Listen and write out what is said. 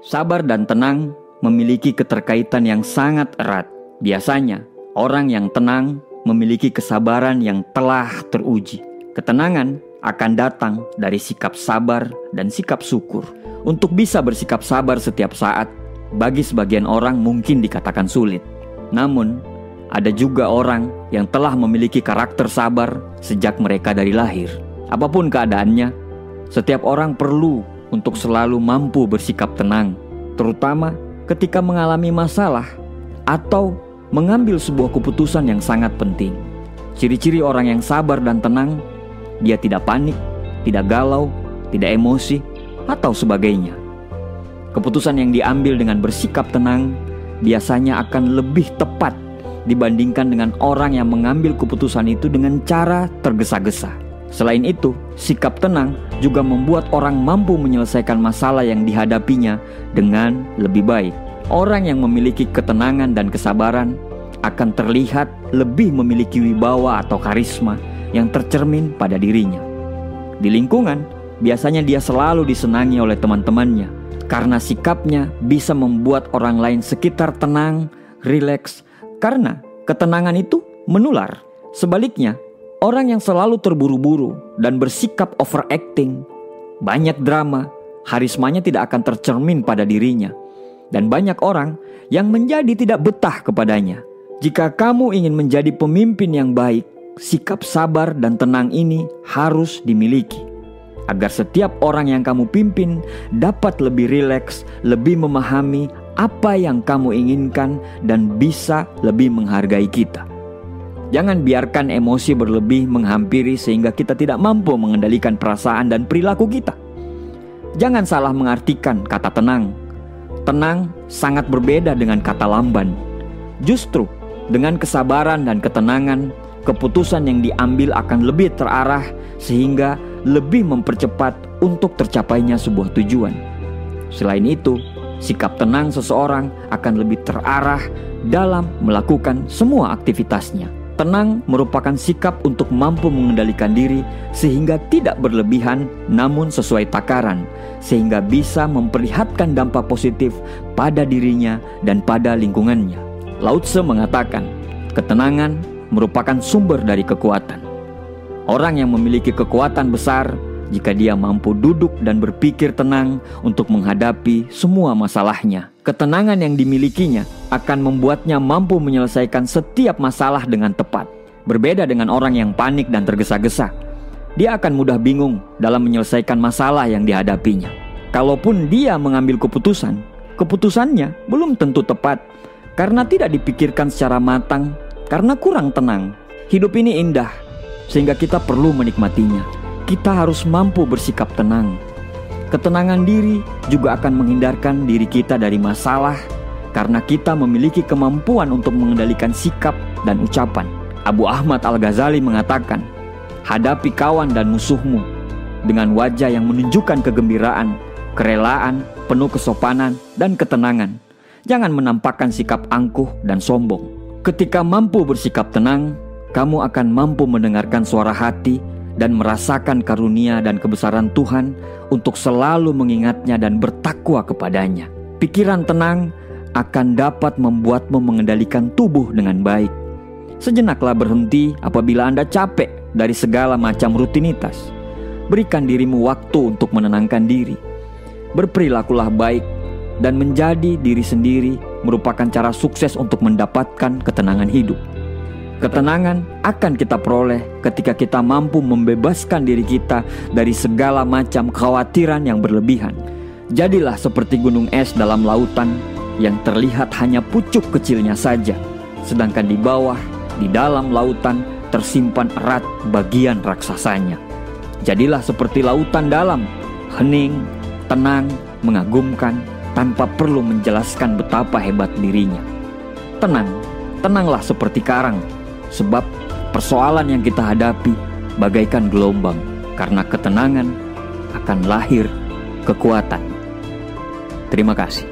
Sabar dan tenang memiliki keterkaitan yang sangat erat. Biasanya, orang yang tenang memiliki kesabaran yang telah teruji. Ketenangan akan datang dari sikap sabar dan sikap syukur. Untuk bisa bersikap sabar setiap saat, bagi sebagian orang mungkin dikatakan sulit. Namun, ada juga orang yang telah memiliki karakter sabar sejak mereka dari lahir. Apapun keadaannya, setiap orang perlu untuk selalu mampu bersikap tenang, terutama ketika mengalami masalah atau mengambil sebuah keputusan yang sangat penting. Ciri-ciri orang yang sabar dan tenang, dia tidak panik, tidak galau, tidak emosi, atau sebagainya. Keputusan yang diambil dengan bersikap tenang biasanya akan lebih tepat dibandingkan dengan orang yang mengambil keputusan itu dengan cara tergesa-gesa. Selain itu, sikap tenang juga membuat orang mampu menyelesaikan masalah yang dihadapinya dengan lebih baik. Orang yang memiliki ketenangan dan kesabaran akan terlihat lebih memiliki wibawa atau karisma yang tercermin pada dirinya. Di lingkungan, biasanya dia selalu disenangi oleh teman-temannya karena sikapnya bisa membuat orang lain sekitar tenang, rileks, karena ketenangan itu menular. Sebaliknya, orang yang selalu terburu-buru dan bersikap overacting, banyak drama, karismanya tidak akan tercermin pada dirinya. Dan banyak orang yang menjadi tidak betah kepadanya. Jika kamu ingin menjadi pemimpin yang baik, sikap sabar dan tenang ini harus dimiliki, agar setiap orang yang kamu pimpin dapat lebih rileks, lebih memahami apa yang kamu inginkan, dan bisa lebih menghargai kita. Jangan biarkan emosi berlebih menghampiri sehingga kita tidak mampu mengendalikan perasaan dan perilaku kita. Jangan salah mengartikan kata tenang. Tenang sangat berbeda dengan kata lamban. Justru dengan kesabaran dan ketenangan, keputusan yang diambil akan lebih terarah sehingga lebih mempercepat untuk tercapainya sebuah tujuan. Selain itu, sikap tenang seseorang akan lebih terarah dalam melakukan semua aktivitasnya. Tenang merupakan sikap untuk mampu mengendalikan diri sehingga tidak berlebihan namun sesuai takaran, sehingga bisa memperlihatkan dampak positif pada dirinya dan pada lingkungannya. Lao Tse mengatakan, ketenangan merupakan sumber dari kekuatan. Orang yang memiliki kekuatan besar jika dia mampu duduk dan berpikir tenang untuk menghadapi semua masalahnya. Ketenangan yang dimilikinya akan membuatnya mampu menyelesaikan setiap masalah dengan tepat. Berbeda dengan orang yang panik dan tergesa-gesa, dia akan mudah bingung dalam menyelesaikan masalah yang dihadapinya. Kalaupun dia mengambil keputusan, keputusannya belum tentu tepat karena tidak dipikirkan secara matang, karena kurang tenang. Hidup ini indah, sehingga kita perlu menikmatinya. Kita harus mampu bersikap tenang. Ketenangan diri juga akan menghindarkan diri kita dari masalah karena kita memiliki kemampuan untuk mengendalikan sikap dan ucapan. Abu Ahmad Al-Ghazali mengatakan, hadapi kawan dan musuhmu dengan wajah yang menunjukkan kegembiraan, kerelaan, penuh kesopanan, dan ketenangan. Jangan menampakkan sikap angkuh dan sombong. Ketika mampu bersikap tenang, kamu akan mampu mendengarkan suara hati dan merasakan karunia dan kebesaran Tuhan untuk selalu mengingatnya dan bertakwa kepadanya. Pikiran tenang akan dapat membuatmu mengendalikan tubuh dengan baik. Sejenaklah berhenti apabila Anda capek dari segala macam rutinitas. Berikan dirimu waktu untuk menenangkan diri. Berperilakulah baik dan menjadi diri sendiri merupakan cara sukses untuk mendapatkan ketenangan hidup. Ketenangan akan kita peroleh ketika kita mampu membebaskan diri kita dari segala macam kekhawatiran yang berlebihan. Jadilah seperti gunung es dalam lautan yang terlihat hanya pucuk kecilnya saja, sedangkan di bawah, di dalam lautan tersimpan erat bagian raksasanya. Jadilah seperti lautan dalam, hening, tenang, mengagumkan, tanpa perlu menjelaskan betapa hebat dirinya. Tenanglah seperti karang. Sebab persoalan yang kita hadapi bagaikan gelombang. Karena ketenangan akan lahir kekuatan. Terima kasih.